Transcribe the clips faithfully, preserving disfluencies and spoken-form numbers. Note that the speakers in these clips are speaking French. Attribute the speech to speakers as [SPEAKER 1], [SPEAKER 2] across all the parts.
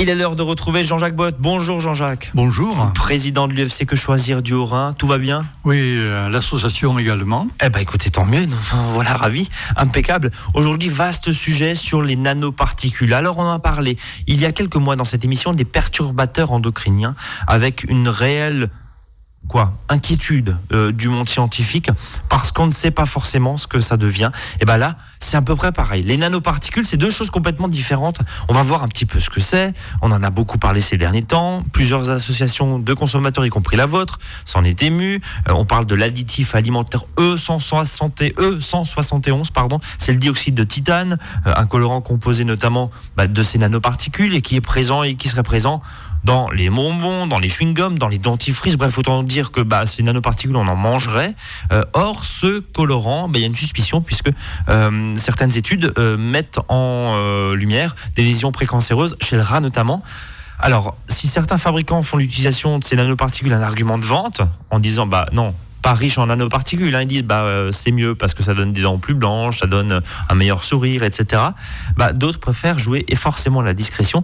[SPEAKER 1] Il est l'heure de retrouver Jean-Jacques Botte. Bonjour Jean-Jacques.
[SPEAKER 2] Bonjour.
[SPEAKER 1] Président de l'U F C Que Choisir du Haut-Rhin, tout va bien ?
[SPEAKER 2] Oui, euh, l'association également.
[SPEAKER 1] Eh ben écoutez, tant mieux, voilà, ravi, impeccable. Aujourd'hui, vaste sujet sur les nanoparticules. Alors on en a parlé il y a quelques mois dans cette émission des perturbateurs endocriniens avec une réelle... Quoi, inquiétude euh, du monde scientifique parce qu'on ne sait pas forcément ce que ça devient. Et ben là, c'est à peu près pareil. Les nanoparticules, c'est deux choses complètement différentes. On va voir un petit peu ce que c'est. On en a beaucoup parlé ces derniers temps. Plusieurs associations de consommateurs, y compris la vôtre, s'en est émue. Euh, on parle de l'additif alimentaire E cent soixante, E cent soixante et onze, pardon. C'est le dioxyde de titane, euh, un colorant composé notamment bah, de ces nanoparticules et qui est présent et qui serait présent dans les bonbons, dans les chewing-gums, dans les dentifrices, bref, autant dire que bah, ces nanoparticules, on en mangerait. Euh, or, ce colorant, bah, y a une suspicion puisque euh, certaines études euh, mettent en euh, lumière des lésions précancéreuses chez le rat notamment. Alors, si certains fabricants font l'utilisation de ces nanoparticules un argument de vente, en disant, bah non, pas riche en nanoparticules, hein, ils disent bah euh, c'est mieux parce que ça donne des dents plus blanches, ça donne un meilleur sourire, et cetera. Bah, d'autres préfèrent jouer et forcément la discrétion.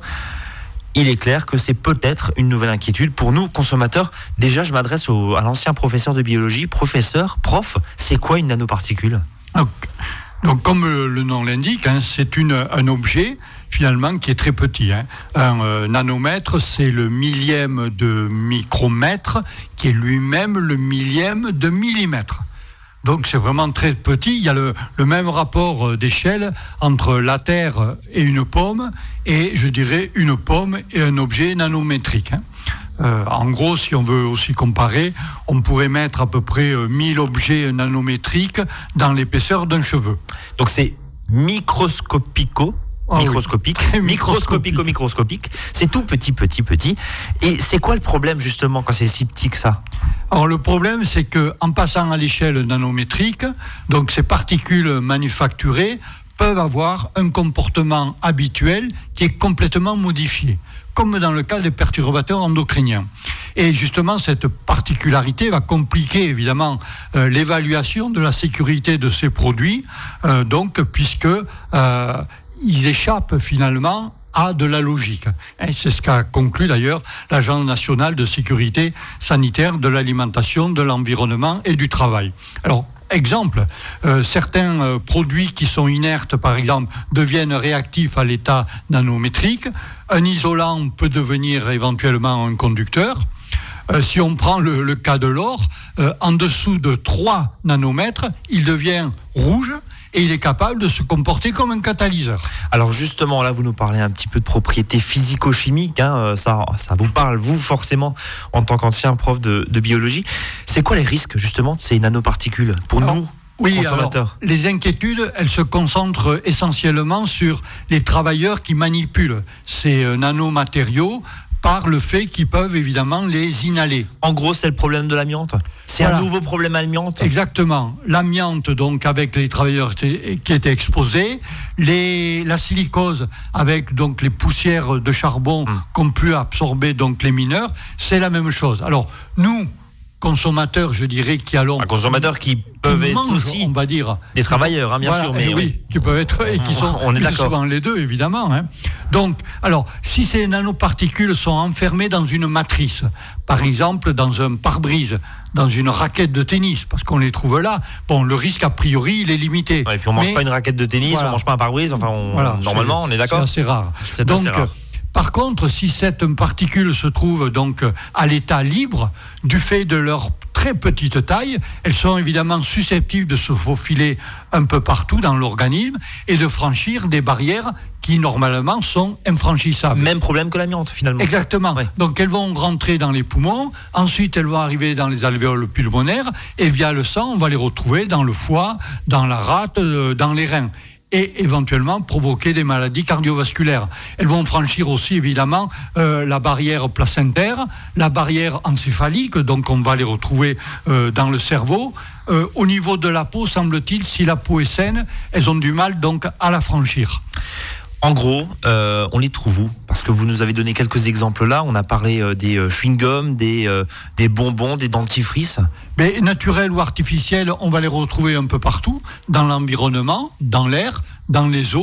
[SPEAKER 1] Il est clair que c'est peut-être une nouvelle inquiétude pour nous, consommateurs. Déjà, je m'adresse au, à l'ancien professeur de biologie. Professeur, prof, c'est quoi une nanoparticule ?
[SPEAKER 2] donc, donc, comme le, le nom l'indique, hein, c'est une, un objet, finalement, qui est très petit. Hein. Un euh, nanomètre, c'est le millième de micromètre, qui est lui-même le millième de millimètre. Donc c'est vraiment très petit. Il y a le, le même rapport d'échelle entre la Terre et une pomme, et je dirais une pomme et un objet nanométrique. Hein. Euh, en gros, si on veut aussi comparer, on pourrait mettre à peu près mille objets nanométriques dans l'épaisseur d'un cheveu.
[SPEAKER 1] Donc c'est microscopico.
[SPEAKER 2] Ah
[SPEAKER 1] microscopique,
[SPEAKER 2] oui.
[SPEAKER 1] microscopico, microscopique, c'est tout petit, petit, petit. Et c'est quoi le problème justement quand c'est si petit que ça ?
[SPEAKER 2] Alors le problème, c'est que en passant à l'échelle nanométrique, donc ces particules manufacturées peuvent avoir un comportement habituel qui est complètement modifié, comme dans le cas des perturbateurs endocriniens. Et justement, cette particularité va compliquer évidemment euh, l'évaluation de la sécurité de ces produits, euh, donc puisque euh, ils échappent finalement à de la logique. Et c'est ce qu'a conclu d'ailleurs l'Agence nationale de sécurité sanitaire de l'alimentation, de l'environnement et du travail. Alors, exemple, euh, certains euh, produits qui sont inertes, par exemple, deviennent réactifs à l'état nanométrique. Un isolant peut devenir éventuellement un conducteur. Euh, si on prend le, le cas de l'or, euh, en dessous de trois nanomètres, il devient rouge. Et il est capable de se comporter comme un catalyseur.
[SPEAKER 1] Alors justement, là, vous nous parlez un petit peu de propriétés physico-chimiques. Hein, ça, ça vous parle, vous, forcément, en tant qu'ancien prof de, de biologie. C'est quoi les risques, justement, de ces nanoparticules pour alors, nous,
[SPEAKER 2] oui,
[SPEAKER 1] consommateurs ?
[SPEAKER 2] Alors, les inquiétudes, elles se concentrent essentiellement sur les travailleurs qui manipulent ces euh, nanomatériaux par le fait qu'ils peuvent évidemment les inhaler.
[SPEAKER 1] En gros, c'est le problème de l'amiante ? C'est voilà. Un nouveau problème amiante ?
[SPEAKER 2] Exactement. L'amiante, donc, avec les travailleurs t- qui étaient exposés, les, la silicose avec donc les poussières de charbon mmh. qu'ont pu absorber donc les mineurs, c'est la même chose. Alors, nous, consommateurs, je dirais, qui allons...
[SPEAKER 1] Un consommateur qui peuvent
[SPEAKER 2] qui
[SPEAKER 1] être
[SPEAKER 2] mangent,
[SPEAKER 1] aussi
[SPEAKER 2] on va dire,
[SPEAKER 1] des travailleurs, hein, bien
[SPEAKER 2] voilà,
[SPEAKER 1] sûr. Mais
[SPEAKER 2] oui, oui, qui peuvent être et qui sont
[SPEAKER 1] on est d'accord.
[SPEAKER 2] souvent les deux, évidemment. Hein. Donc, alors, si ces nanoparticules sont enfermées dans une matrice, par exemple dans un pare-brise, dans une raquette de tennis, parce qu'on les trouve là, bon, le risque a priori, il est limité.
[SPEAKER 1] Ouais, et puis on mange
[SPEAKER 2] mais,
[SPEAKER 1] pas une raquette de tennis,
[SPEAKER 2] voilà.
[SPEAKER 1] on mange pas un pare-brise. Enfin, on,
[SPEAKER 2] voilà,
[SPEAKER 1] normalement, on est d'accord.
[SPEAKER 2] C'est assez rare.
[SPEAKER 1] C'est
[SPEAKER 2] Donc,
[SPEAKER 1] assez rare.
[SPEAKER 2] Par contre, si cette particule se trouve donc à l'état libre, du fait de leur très petite taille, elles sont évidemment susceptibles de se faufiler un peu partout dans l'organisme et de franchir des barrières qui normalement sont infranchissables.
[SPEAKER 1] Même problème que l'amiante finalement.
[SPEAKER 2] Exactement. Ouais. Donc elles vont rentrer dans les poumons, ensuite elles vont arriver dans les alvéoles pulmonaires et via le sang, on va les retrouver dans le foie, dans la rate, dans les reins. Et éventuellement provoquer des maladies cardiovasculaires. Elles vont franchir aussi évidemment euh, la barrière placentaire, la barrière encéphalique, donc on va les retrouver euh, dans le cerveau. Euh, au niveau de la peau, semble-t-il, si la peau est saine, elles ont du mal donc à la franchir.
[SPEAKER 1] En gros, euh, on les trouve où ? Parce que vous nous avez donné quelques exemples là. On a parlé euh, des euh, chewing-gums, des, euh, des bonbons, des dentifrices.
[SPEAKER 2] Mais naturels ou artificiels, on va les retrouver un peu partout, dans l'environnement, dans l'air, dans les eaux.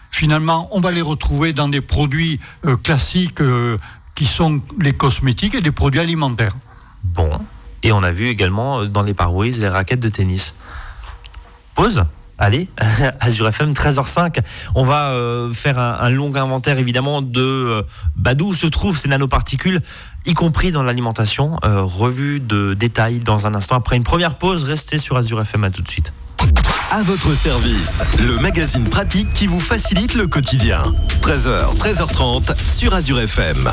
[SPEAKER 2] finalement, on va les retrouver dans des produits euh, classiques euh, qui sont les cosmétiques et des produits alimentaires.
[SPEAKER 1] Bon, et on a vu également dans les Powerways les raquettes de tennis. Pause. Allez, Azure F M, treize heures cinq. On va euh, faire un, un long inventaire évidemment de euh, bah, d'où se trouvent ces nanoparticules, y compris dans l'alimentation. Euh, revue de détails dans un instant. Après une première pause, restez sur Azure F M, à tout de suite.
[SPEAKER 3] À votre service, le magazine pratique qui vous facilite le quotidien. treize heures, treize heures trente sur Azure F M.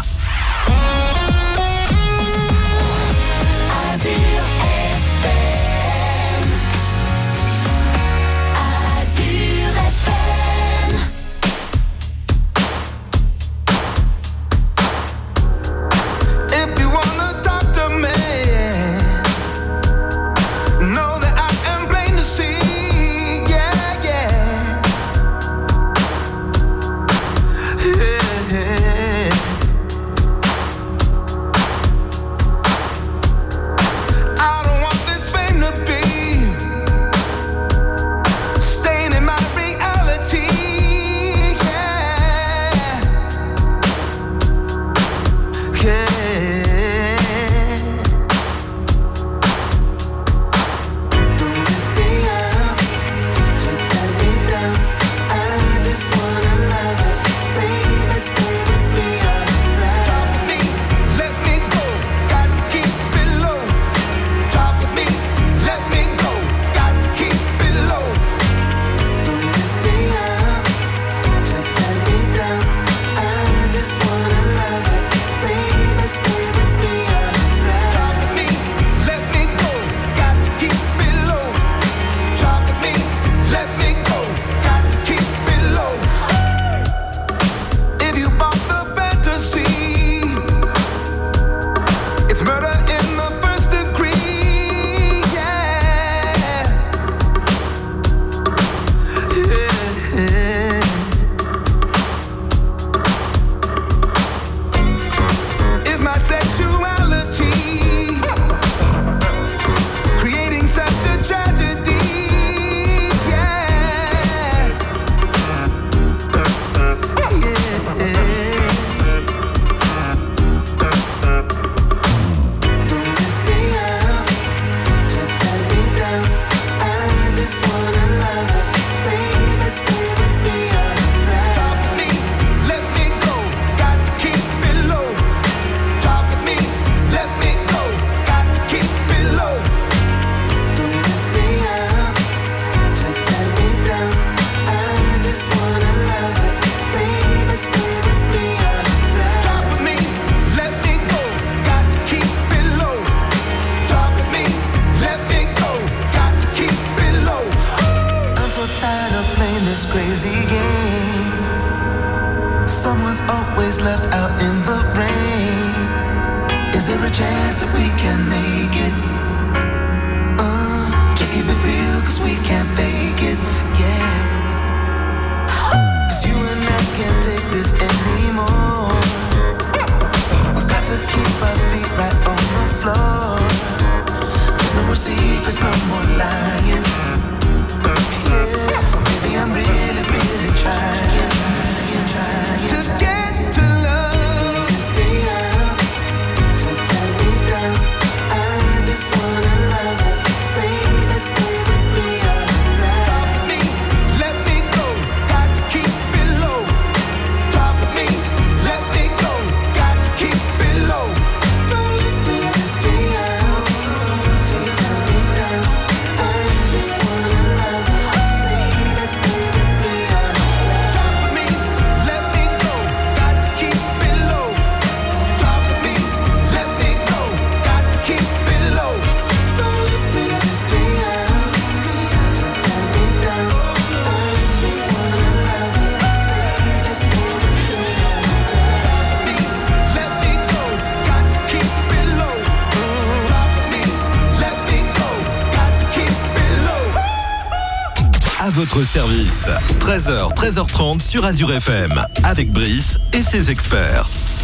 [SPEAKER 3] À votre service, treize heures, treize heures trente sur Azure F M, avec Brice et ses experts.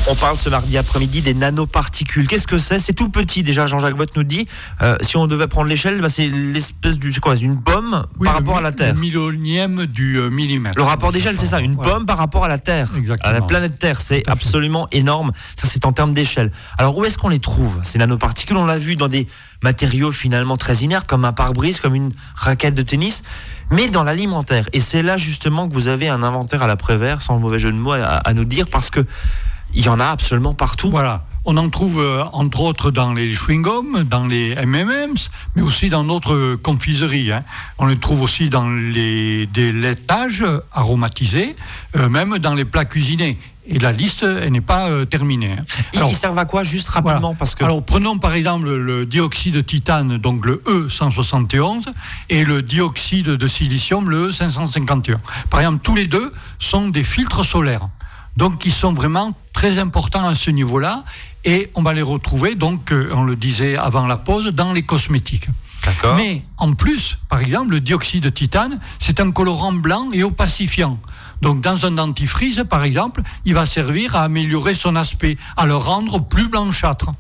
[SPEAKER 1] On parle ce mardi après-midi des nanoparticules. Qu'est-ce que c'est ? C'est tout petit déjà. Jean-Jacques Bott nous dit, euh, si on devait prendre l'échelle, bah, c'est l'espèce du, c'est quoi, une pomme oui, par rapport
[SPEAKER 2] mi-
[SPEAKER 1] à la Terre.
[SPEAKER 2] Le millionième du euh, millimètre.
[SPEAKER 1] Le rapport d'échelle, c'est ça, une
[SPEAKER 2] voilà.
[SPEAKER 1] pomme par rapport à la Terre,
[SPEAKER 2] Exactement.
[SPEAKER 1] à la planète Terre. C'est absolument énorme. Ça, c'est en termes d'échelle. Alors, où est-ce qu'on les trouve, ces nanoparticules ? On l'a vu dans des matériaux finalement très inertes, comme un pare-brise, comme une raquette de tennis, mais dans l'alimentaire. Et c'est là justement que vous avez un inventaire à l'après-vert, sans le mauvais jeu de mots, à, à nous dire, parce que il y en a absolument partout.
[SPEAKER 2] Voilà. On en trouve euh, entre autres dans les chewing-gums, dans les M and M's, mais aussi dans d'autres confiseries. Hein. On les trouve aussi dans les, des laitages aromatisés, euh, même dans les plats cuisinés. Et la liste, elle n'est pas euh, terminée. Hein.
[SPEAKER 1] Alors, ils servent à quoi, juste rapidement
[SPEAKER 2] voilà.
[SPEAKER 1] parce que...
[SPEAKER 2] Alors, prenons par exemple le dioxyde de titane, donc le E cent soixante et onze, et le dioxyde de silicium, le E cinq cent cinquante et un. Par exemple, tous les deux sont des filtres solaires, donc qui sont vraiment très importants à ce niveau-là, et on va les retrouver, donc, euh, on le disait avant la pause, dans les cosmétiques.
[SPEAKER 1] D'accord.
[SPEAKER 2] Mais en plus, par exemple, le dioxyde de titane, c'est un colorant blanc et opacifiant. Donc dans un dentifrice, par exemple, il va servir à améliorer son aspect, à le rendre plus blanchâtre.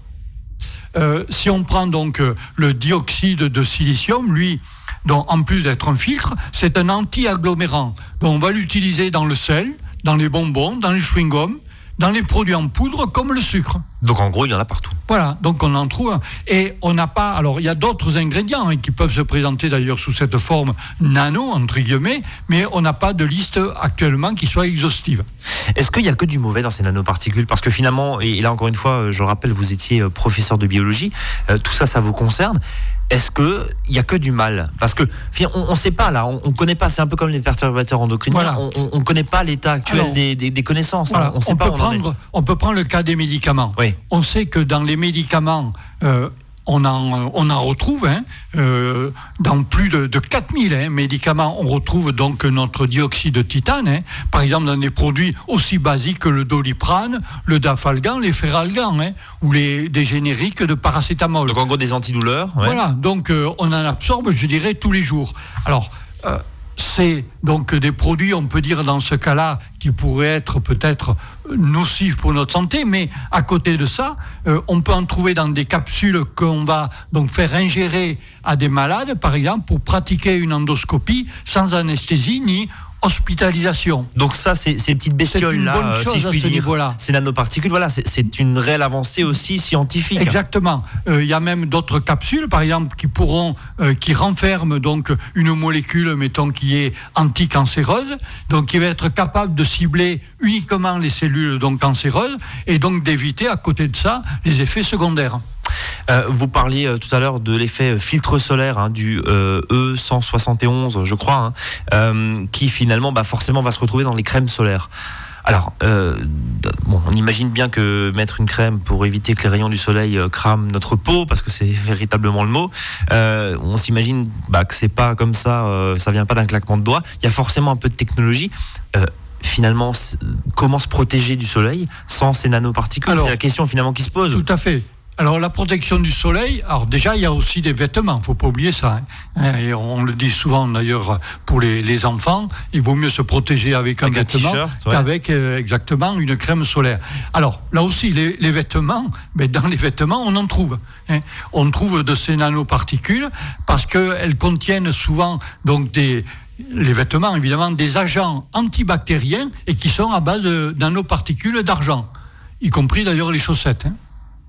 [SPEAKER 2] Euh, si on prend donc euh, le dioxyde de silicium, lui, donc, en plus d'être un filtre, c'est un anti-agglomérant. Donc on va l'utiliser dans le sel, dans les bonbons, dans les chewing-gums, dans les produits en poudre comme le sucre.
[SPEAKER 1] Donc en gros, il y en a partout.
[SPEAKER 2] Voilà, donc on en trouve. Et on n'a pas... Alors, il y a d'autres ingrédients hein, qui peuvent se présenter d'ailleurs sous cette forme nano, entre guillemets, mais on n'a pas de liste actuellement qui soit exhaustive.
[SPEAKER 1] Est-ce qu'il n'y a que du mauvais dans ces nanoparticules ? Parce que finalement, et là encore une fois, je rappelle, vous étiez professeur de biologie, euh, tout ça, ça vous concerne. Est-ce qu'il n'y a que du mal ? Parce que on ne sait pas là, on ne connaît pas, c'est un peu comme les perturbateurs endocriniens,
[SPEAKER 2] voilà.
[SPEAKER 1] on ne connaît pas l'état actuel
[SPEAKER 2] Alors,
[SPEAKER 1] des, des, des connaissances,
[SPEAKER 2] voilà,
[SPEAKER 1] hein, on sait
[SPEAKER 2] on
[SPEAKER 1] pas
[SPEAKER 2] peut
[SPEAKER 1] où
[SPEAKER 2] prendre,
[SPEAKER 1] on en est.
[SPEAKER 2] On peut prendre le cas des médicaments.
[SPEAKER 1] Oui.
[SPEAKER 2] On sait que dans les médicaments, euh, on, en, on en retrouve, hein, euh, dans plus de, de quatre mille hein, médicaments, on retrouve donc notre dioxyde de titane, hein, par exemple dans des produits aussi basiques que le doliprane, le dafalgan, les feralgan, hein, ou les, des génériques de paracétamol.
[SPEAKER 1] Donc en gros des antidouleurs. Ouais.
[SPEAKER 2] Voilà, donc euh, on en absorbe, je dirais, tous les jours. Alors, euh, c'est donc des produits, on peut dire dans ce cas-là, qui pourraient être peut-être nocifs pour notre santé, mais à côté de ça, euh, on peut en trouver dans des capsules qu'on va donc faire ingérer à des malades, par exemple, pour pratiquer une endoscopie sans anesthésie ni hospitalisation.
[SPEAKER 1] Donc ça, c'est ces petites bestioles-là, euh, si je puis dire,
[SPEAKER 2] niveau-là.
[SPEAKER 1] ces nanoparticules, voilà, c'est, c'est une réelle avancée aussi scientifique.
[SPEAKER 2] Exactement. Il euh, y a même d'autres capsules, par exemple, qui pourront, euh, qui renferment donc une molécule, mettons, qui est anticancéreuse, donc qui va être capable de cibler uniquement les cellules donc cancéreuses et donc d'éviter à côté de ça les effets secondaires.
[SPEAKER 1] Euh, vous parliez euh, tout à l'heure de l'effet filtre solaire hein, du euh, E cent soixante et onze, je crois, hein, euh, qui finalement bah, forcément va se retrouver dans les crèmes solaires. Alors, euh, bon, on imagine bien que mettre une crème pour éviter que les rayons du soleil euh, crament notre peau, parce que c'est véritablement le mot, euh, on s'imagine bah, que c'est pas comme ça, euh, ça vient pas d'un claquement de doigts. Il y a forcément un peu de technologie. Euh, Finalement, comment se protéger du soleil sans ces nanoparticules ? Alors, c'est la question finalement qui se pose.
[SPEAKER 2] Tout à fait. Alors la protection du soleil, alors déjà il y a aussi des vêtements, il ne faut pas oublier ça. Hein. Et on le dit souvent d'ailleurs pour les, les enfants, il vaut mieux se protéger avec un
[SPEAKER 1] avec
[SPEAKER 2] vêtement
[SPEAKER 1] un ouais.
[SPEAKER 2] qu'avec euh, exactement une crème solaire. Alors là aussi les, les vêtements, mais dans les vêtements on en trouve. Hein. On trouve de ces nanoparticules parce qu'elles contiennent souvent donc des... les vêtements évidemment des agents antibactériens et qui sont à base de nanoparticules d'argent, y compris d'ailleurs les chaussettes. Hein.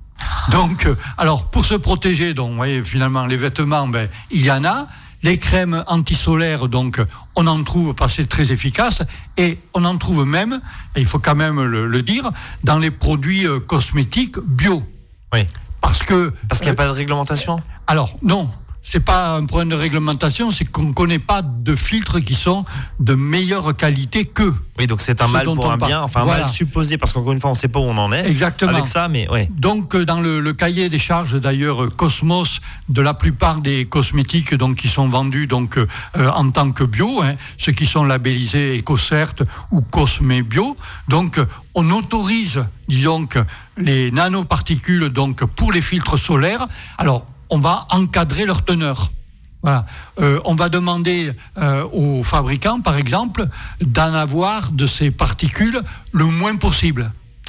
[SPEAKER 2] Donc, alors pour se protéger, donc, vous voyez, finalement, les vêtements, ben, il y en a. Les crèmes antisolaires, donc, on en trouve parce que c'est très efficace. Et on en trouve même, et il faut quand même le, le dire, dans les produits euh, cosmétiques bio.
[SPEAKER 1] Oui.
[SPEAKER 2] Parce que.
[SPEAKER 1] Parce qu'il n'y a
[SPEAKER 2] euh,
[SPEAKER 1] pas de réglementation ?
[SPEAKER 2] Alors, non. C'est pas un problème de réglementation, c'est qu'on ne connaît pas de filtres qui sont de meilleure qualité qu'eux.
[SPEAKER 1] Oui, donc c'est un
[SPEAKER 2] Ce
[SPEAKER 1] mal
[SPEAKER 2] dont
[SPEAKER 1] pour
[SPEAKER 2] on
[SPEAKER 1] un
[SPEAKER 2] parle.
[SPEAKER 1] bien, enfin un
[SPEAKER 2] Voilà.
[SPEAKER 1] mal supposé, parce qu'encore une fois, on ne sait pas où on en est.
[SPEAKER 2] Exactement.
[SPEAKER 1] Avec ça, mais ouais.
[SPEAKER 2] Donc, dans le, le cahier des charges, d'ailleurs, Cosmos, de la plupart des cosmétiques donc, qui sont vendus donc, euh, en tant que bio, hein, ceux qui sont labellisés EcoCert ou Cosme Bio, donc on autorise, disons, que les nanoparticules donc, pour les filtres solaires. Alors, on va encadrer leur teneur. Voilà. Euh, on va demander euh, aux fabricants, par exemple, d'en avoir de ces particules le moins possible.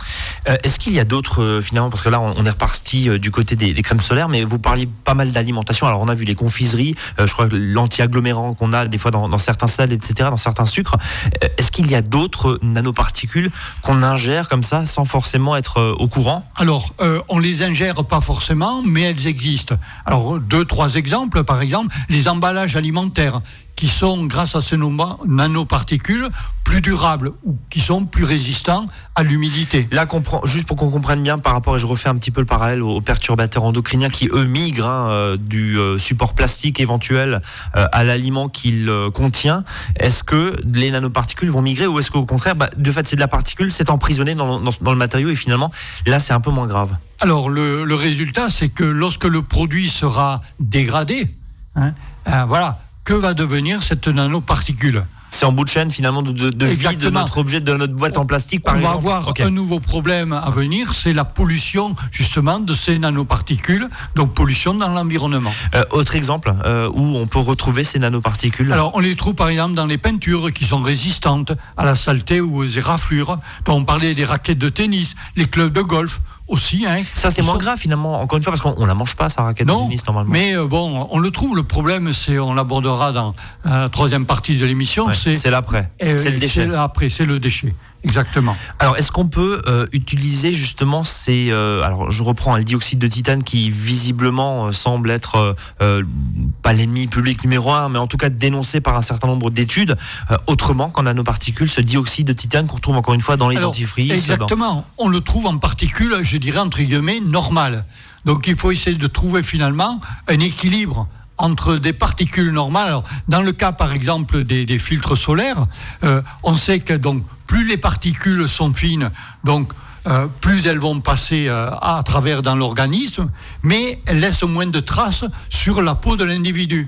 [SPEAKER 1] Euh, est-ce qu'il y a d'autres, euh, finalement, parce que là on, on est reparti euh, du côté des, des crèmes solaires, mais vous parliez pas mal d'alimentation. Alors on a vu les confiseries, euh, je crois que l'anti-agglomérant qu'on a des fois dans, dans certains sels, et cetera, dans certains sucres. Euh, est-ce qu'il y a d'autres nanoparticules qu'on ingère comme ça sans forcément être euh, au courant?
[SPEAKER 2] Alors, euh, on les ingère pas forcément, mais elles existent. Alors, deux, trois exemples, par exemple, les emballages alimentaires qui sont, grâce à ces nanoparticules, plus durables ou qui sont plus résistants à l'humidité.
[SPEAKER 1] Là, comprend, juste pour qu'on comprenne bien par rapport, et je refais un petit peu le parallèle aux perturbateurs endocriniens qui, eux, migrent hein, euh, du euh, support plastique éventuel euh, à l'aliment qu'il euh, contient. Est-ce que les nanoparticules vont migrer ou est-ce qu'au contraire, bah, de fait, c'est de la particule, c'est emprisonné dans, dans, dans le matériau et finalement, là, c'est un peu moins grave?
[SPEAKER 2] Alors, le, le résultat, c'est que lorsque le produit sera dégradé, hein, euh, voilà, que va devenir cette nanoparticule?
[SPEAKER 1] C'est en bout de chaîne finalement de, de, de vie de notre objet, de notre boîte en plastique par
[SPEAKER 2] on
[SPEAKER 1] exemple.
[SPEAKER 2] On va avoir okay. un nouveau problème à venir, c'est la pollution justement de ces nanoparticules, donc pollution dans l'environnement.
[SPEAKER 1] Euh, autre exemple euh, où on peut retrouver ces nanoparticules?
[SPEAKER 2] Alors on les trouve par exemple dans les peintures qui sont résistantes à la saleté ou aux éraflures. Donc on parlait des raquettes de tennis, les clubs de golf. Aussi, hein,
[SPEAKER 1] ça c'est moins sont... grave finalement, encore une fois, parce qu'on ne la mange pas sa raquette
[SPEAKER 2] non,
[SPEAKER 1] de tennis normalement.
[SPEAKER 2] Mais euh, bon, on le trouve, le problème c'est, on l'abordera dans euh, la troisième partie de l'émission,
[SPEAKER 1] ouais,
[SPEAKER 2] c'est,
[SPEAKER 1] c'est l'après, euh, c'est le déchet.
[SPEAKER 2] C'est l'après, c'est le déchet. Exactement.
[SPEAKER 1] Alors, est-ce qu'on peut euh, utiliser justement ces... Euh, alors, je reprends hein, le dioxyde de titane qui visiblement euh, semble être euh, pas l'ennemi public numéro un, mais en tout cas dénoncé par un certain nombre d'études, euh, autrement qu'en nanoparticules, ce dioxyde de titane qu'on retrouve encore une fois dans les
[SPEAKER 2] alors,
[SPEAKER 1] dentifrices.
[SPEAKER 2] Exactement. Dans... On le trouve en particules, je dirais entre guillemets, normales. Donc, il faut essayer de trouver finalement un équilibre entre des particules normales. Alors, dans le cas, par exemple, des, des filtres solaires, euh, on sait que donc plus les particules sont fines, donc euh, plus elles vont passer euh, à travers dans l'organisme, mais elles laissent moins de traces sur la peau de l'individu.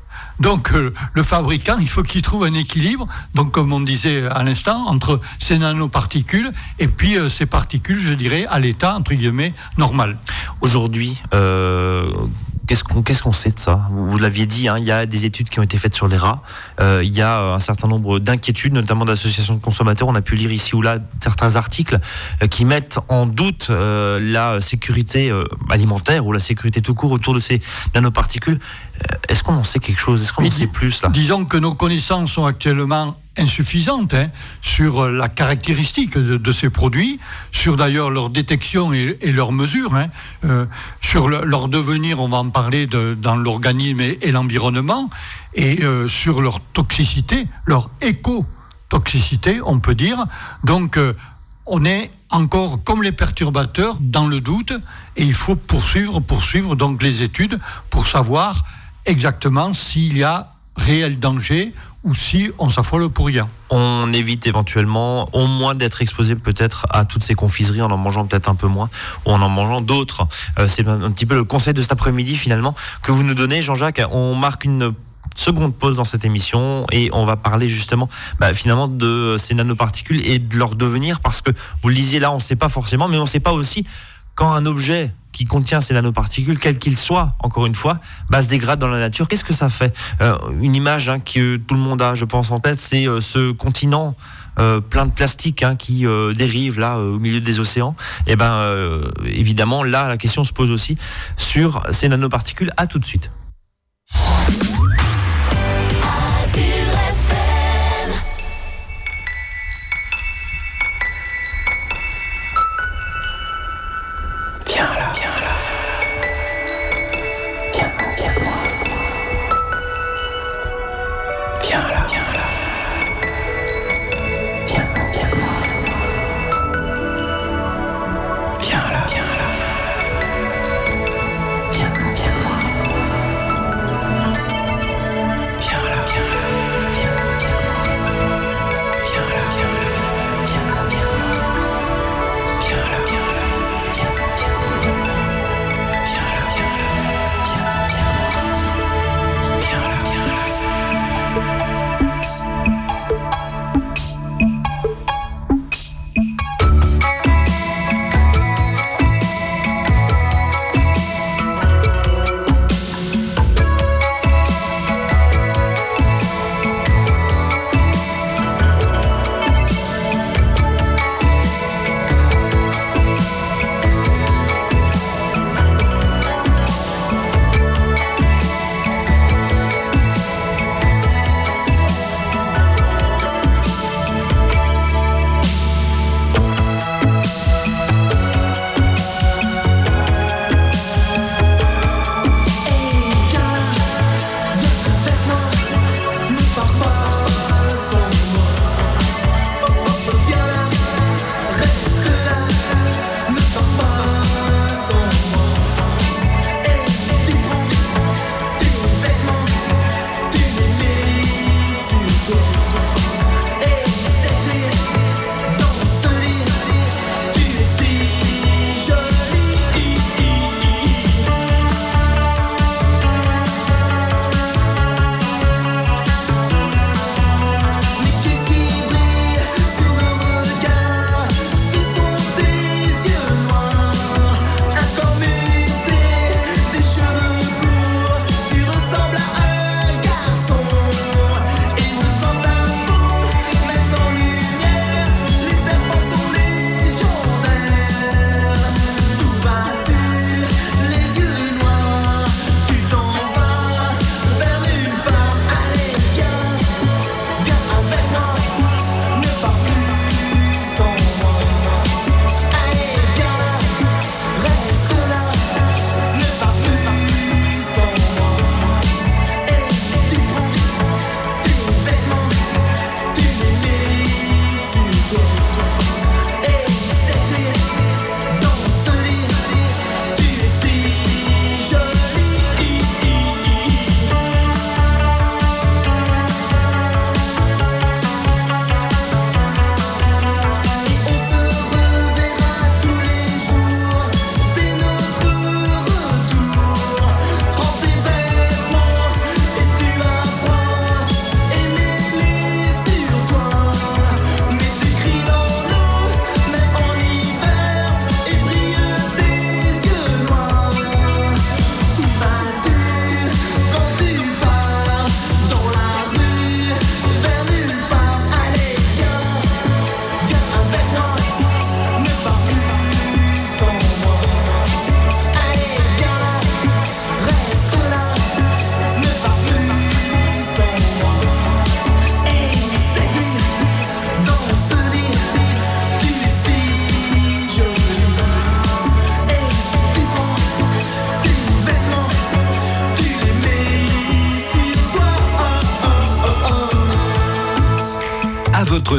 [SPEAKER 2] Donc euh, le fabricant, il faut qu'il trouve un équilibre, donc comme on disait à l'instant, entre ces nanoparticules et puis euh, ces particules, je dirais, à l'état, entre guillemets, normal.
[SPEAKER 1] Aujourd'hui, euh Qu'est-ce qu'on, qu'est-ce qu'on sait de ça? Vous, vous l'aviez dit, hein, il y a des études qui ont été faites sur les rats. Euh, il y a un certain nombre d'inquiétudes, notamment d'associations de consommateurs. On a pu lire ici ou là certains articles euh, qui mettent en doute euh, la sécurité euh, alimentaire ou la sécurité tout court autour de ces nanoparticules. Euh, est-ce qu'on en sait quelque chose? Est-ce qu'on Mais en sait plus là?
[SPEAKER 2] Disons que nos connaissances sont actuellement insuffisante hein, sur la caractéristique de, de ces produits, sur d'ailleurs leur détection et, et leur mesure, hein, euh, sur le, leur devenir, on va en parler de, dans l'organisme et, et l'environnement, et euh, sur leur toxicité, leur éco-toxicité, on peut dire. Donc, euh, on est encore, comme les perturbateurs, dans le doute, et il faut poursuivre, poursuivre donc les études pour savoir exactement s'il y a réel danger ou si on s'affole pour rien.
[SPEAKER 1] On évite éventuellement au moins d'être exposé peut-être à toutes ces confiseries en en mangeant peut-être un peu moins ou en en mangeant d'autres. Euh, c'est un, un petit peu le conseil de cet après-midi finalement que vous nous donnez, Jean-Jacques. On marque une seconde pause dans cette émission et on va parler justement bah, finalement de ces nanoparticules et de leur devenir, parce que vous le disiez là, on ne sait pas forcément, mais on ne sait pas aussi quand un objet qui contient ces nanoparticules, quel qu'il soit, encore une fois, bah, se dégrade dans la nature. Qu'est-ce que ça fait? euh, Une image hein, que tout le monde a, je pense, en tête, c'est euh, ce continent euh, plein de plastique hein, qui euh, dérive là euh, au milieu des océans. Et ben euh, évidemment, là, la question se pose aussi sur ces nanoparticules. À tout de suite.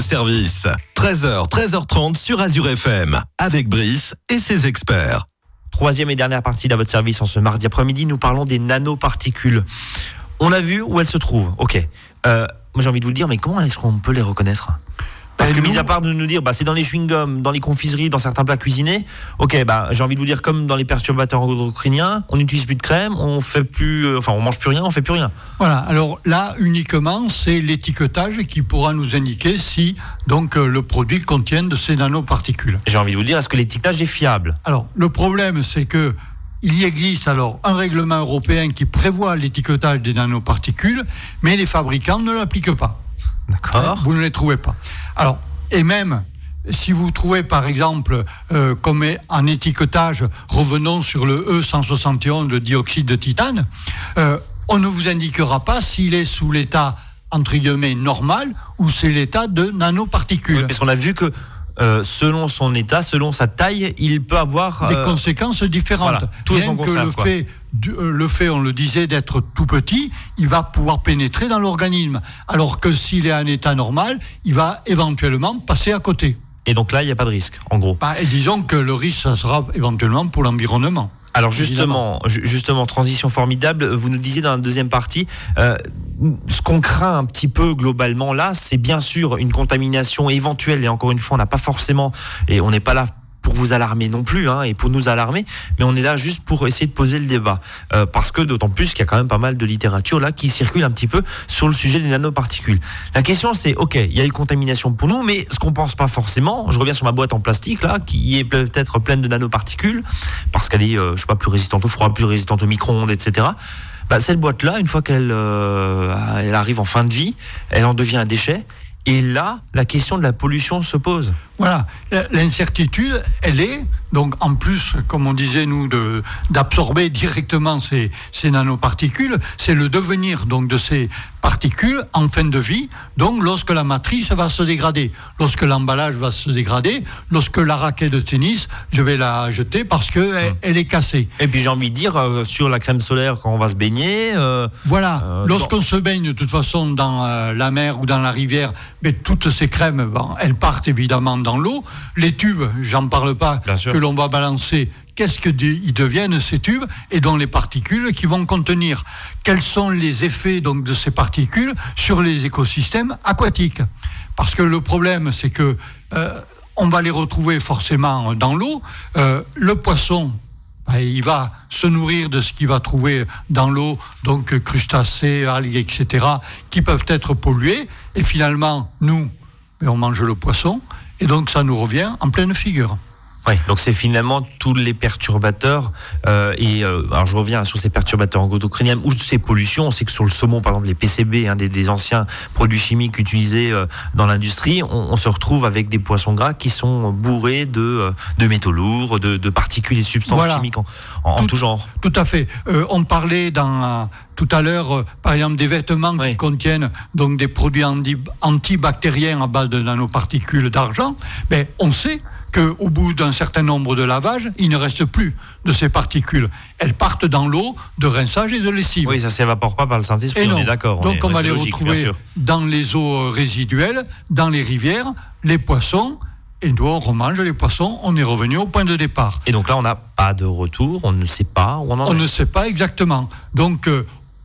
[SPEAKER 3] Service. treize heures, treize heures trente sur Azure F M, avec Brice et ses experts.
[SPEAKER 1] Troisième et dernière partie d'à votre service en ce mardi après-midi, nous parlons des nanoparticules. On a vu où elles se trouvent, ok. Euh, moi j'ai envie de vous le dire, mais comment est-ce qu'on peut les reconnaître ? Parce que, mis à part de nous dire, bah, c'est dans les chewing-gums, dans les confiseries, dans certains plats cuisinés, ok, bah, j'ai envie de vous dire, comme dans les perturbateurs endocriniens, on n'utilise plus de crème, on fait plus, euh, enfin, on mange plus rien, on fait plus rien.
[SPEAKER 2] Voilà. Alors là, uniquement, c'est l'étiquetage qui pourra nous indiquer si, donc, euh, le produit contient de ces nanoparticules.
[SPEAKER 1] J'ai envie de vous dire, est-ce que l'étiquetage est fiable ?
[SPEAKER 2] Alors, le problème, c'est que il y existe alors un règlement européen qui prévoit l'étiquetage des nanoparticules, mais les fabricants ne l'appliquent pas.
[SPEAKER 1] D'accord.
[SPEAKER 2] Vous ne les trouvez pas. Alors, et même, si vous trouvez par exemple, euh, comme en étiquetage, revenons sur le E cent soixante et onze, le dioxyde de titane, euh, on ne vous indiquera pas s'il est sous l'état, entre guillemets, normal, ou c'est l'état de nanoparticules.
[SPEAKER 1] Oui, parce qu'on a vu que Euh, selon son état, selon sa taille, il peut avoir
[SPEAKER 2] des
[SPEAKER 1] euh,
[SPEAKER 2] conséquences différentes.
[SPEAKER 1] Voilà, tout
[SPEAKER 2] Bien
[SPEAKER 1] son
[SPEAKER 2] que
[SPEAKER 1] contraire,
[SPEAKER 2] le
[SPEAKER 1] quoi.
[SPEAKER 2] fait, du, euh, le fait, on le disait, d'être tout petit, il va pouvoir pénétrer dans l'organisme. Alors que s'il est en état normal, il va éventuellement passer à côté.
[SPEAKER 1] Et donc là, il n'y a pas de risque, en gros.
[SPEAKER 2] Bah, et disons que le risque, ça sera éventuellement pour l'environnement.
[SPEAKER 1] Alors justement, ju- justement, transition formidable, vous nous disiez dans la deuxième partie, euh, ce qu'on craint un petit peu globalement là, c'est bien sûr une contamination éventuelle, et encore une fois, on n'a pas forcément, et on n'est pas là pour vous alarmer non plus, hein, et pour nous alarmer, mais on est là juste pour essayer de poser le débat, euh, parce que d'autant plus qu'il y a quand même pas mal de littérature là qui circule un petit peu sur le sujet des nanoparticules. La question c'est, ok, il y a une contamination pour nous, mais ce qu'on pense pas forcément, je reviens sur ma boîte en plastique là, qui est peut-être pleine de nanoparticules, parce qu'elle est, euh, je sais pas, plus résistante au froid, plus résistante au micro-ondes, et cetera. Bah, cette boîte-là, une fois qu'elle euh, elle arrive en fin de vie, elle en devient un déchet. Et là, la question de la pollution se pose.
[SPEAKER 2] Voilà, l'incertitude, elle est, donc en plus, comme on disait nous, de, d'absorber directement ces, ces nanoparticules, c'est le devenir donc de ces particules en fin de vie, donc lorsque la matrice va se dégrader, lorsque l'emballage va se dégrader, lorsque la raquette de tennis, je vais la jeter parce qu'elle elle est cassée.
[SPEAKER 1] Et puis j'ai envie de dire, euh, sur la crème solaire quand on va se baigner... Euh,
[SPEAKER 2] voilà,
[SPEAKER 1] euh,
[SPEAKER 2] lorsqu'on
[SPEAKER 1] dans...
[SPEAKER 2] se baigne de toute façon dans euh, la mer ou dans la rivière, mais toutes ces crèmes, bon, elles partent évidemment dans l'eau. Les tubes, j'en parle pas, que l'on va balancer, qu'est-ce qu'ils deviennent ces tubes et dont les particules qui vont contenir. Quels sont les effets donc de ces particules sur les écosystèmes aquatiques ? Parce que le problème, c'est que euh, on va les retrouver forcément dans l'eau. Euh, le poisson, bah, il va se nourrir de ce qu'il va trouver dans l'eau, donc crustacés, algues, et cetera, qui peuvent être pollués. Et finalement, nous, on mange le poisson. Et donc, ça nous revient en pleine figure.
[SPEAKER 1] Oui, donc c'est finalement tous les perturbateurs, euh, et euh, alors je reviens sur ces perturbateurs endocriniens ou ces pollutions. On sait que sur le saumon, par exemple, les P C B, hein, des, des anciens produits chimiques utilisés euh, dans l'industrie, on, on se retrouve avec des poissons gras qui sont bourrés de, euh, de métaux lourds, de, de particules et substances voilà. chimiques en, en, tout, en tout genre.
[SPEAKER 2] Tout à fait. Euh, on parlait dans... Euh, tout à l'heure, euh, par exemple, des vêtements oui. qui contiennent donc des produits anti- antibactériens à base de nanoparticules d'argent. Ben, on sait qu'au bout d'un certain nombre de lavages, il ne reste plus de ces particules. Elles partent dans l'eau de rinçage et de lessive.
[SPEAKER 1] Oui, ça ne s'évapore pas par le Saint-Esprit, on est d'accord.
[SPEAKER 2] Donc
[SPEAKER 1] on, est,
[SPEAKER 2] on va les
[SPEAKER 1] logique,
[SPEAKER 2] retrouver dans les eaux résiduelles, dans les rivières, les poissons. Et nous, on remange les poissons, on est revenu au point de départ.
[SPEAKER 1] Et donc là, on n'a pas de retour, on ne sait pas où on en
[SPEAKER 2] on
[SPEAKER 1] est.
[SPEAKER 2] On ne sait pas exactement. Donc, euh,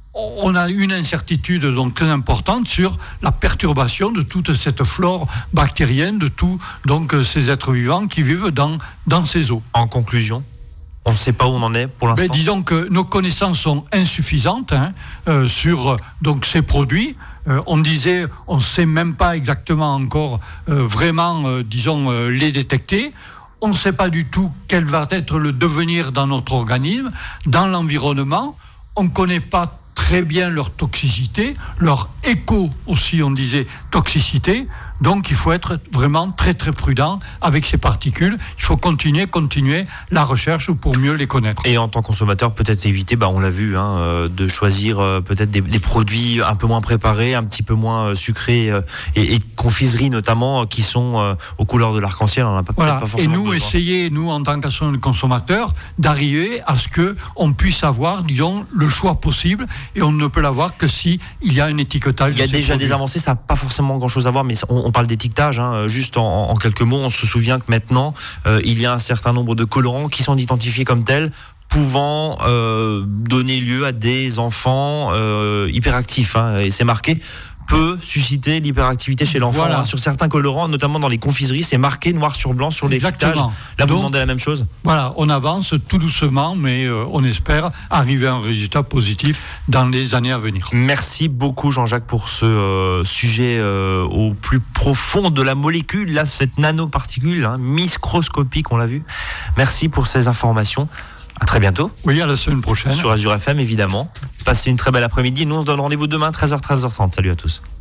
[SPEAKER 2] on a une incertitude donc très importante sur la perturbation de toute cette flore bactérienne, de tous donc ces êtres vivants qui vivent dans, dans ces eaux.
[SPEAKER 1] En conclusion, on ne sait pas où on en est pour l'instant.
[SPEAKER 2] Mais disons que nos connaissances sont insuffisantes hein, euh, sur donc ces produits. Euh, on disait, on ne sait même pas exactement encore euh, vraiment, euh, disons, euh, les détecter. On ne sait pas du tout quel va être le devenir dans notre organisme, dans l'environnement. On ne connaît pas très bien leur toxicité, leur écho aussi, on disait, toxicité. Donc il faut être vraiment très très prudent avec ces particules. Il faut continuer, continuer la recherche pour mieux les connaître.
[SPEAKER 1] Et en tant que consommateur, peut-être éviter, bah, on l'a vu, hein, euh, de choisir euh, peut-être des, des produits un peu moins préparés, un petit peu moins euh, sucrés euh, et, et confiseries notamment euh, qui sont euh, aux couleurs de l'arc-en-ciel. On n'a pas,
[SPEAKER 2] voilà.
[SPEAKER 1] pas forcément
[SPEAKER 2] Et nous,
[SPEAKER 1] besoin.
[SPEAKER 2] essayer, nous en tant que consommateurs, d'arriver à ce que on puisse avoir, disons, le choix possible. Et on ne peut l'avoir que si il y a un étiquetage.
[SPEAKER 1] Il y a déjà produits. Des avancées, ça n'a pas forcément grand-chose à voir, mais on on parle d'étiquetage, hein, juste en, en quelques mots, on se souvient que maintenant, euh, il y a un certain nombre de colorants qui sont identifiés comme tels, pouvant euh, donner lieu à des enfants euh, hyperactifs, hein, et c'est marqué peut susciter l'hyperactivité chez l'enfant.
[SPEAKER 2] Voilà.
[SPEAKER 1] Hein, sur certains colorants, notamment dans les confiseries, c'est marqué noir sur blanc sur l'étiquetage. Là, vous
[SPEAKER 2] Donc,
[SPEAKER 1] demandez la même chose.
[SPEAKER 2] Voilà, on avance tout doucement, mais euh, on espère arriver à un résultat positif dans les années à venir.
[SPEAKER 1] Merci beaucoup Jean-Jacques pour ce euh, sujet euh, au plus profond de la molécule, là, cette nanoparticule, hein, microscopique, on l'a vu. Merci pour ces informations. À très bientôt.
[SPEAKER 2] Oui, à la semaine prochaine.
[SPEAKER 1] Sur Azure F M, évidemment. Passez une très belle après-midi. Nous, on se donne rendez-vous demain, treize heures, treize heures trente. Salut à tous.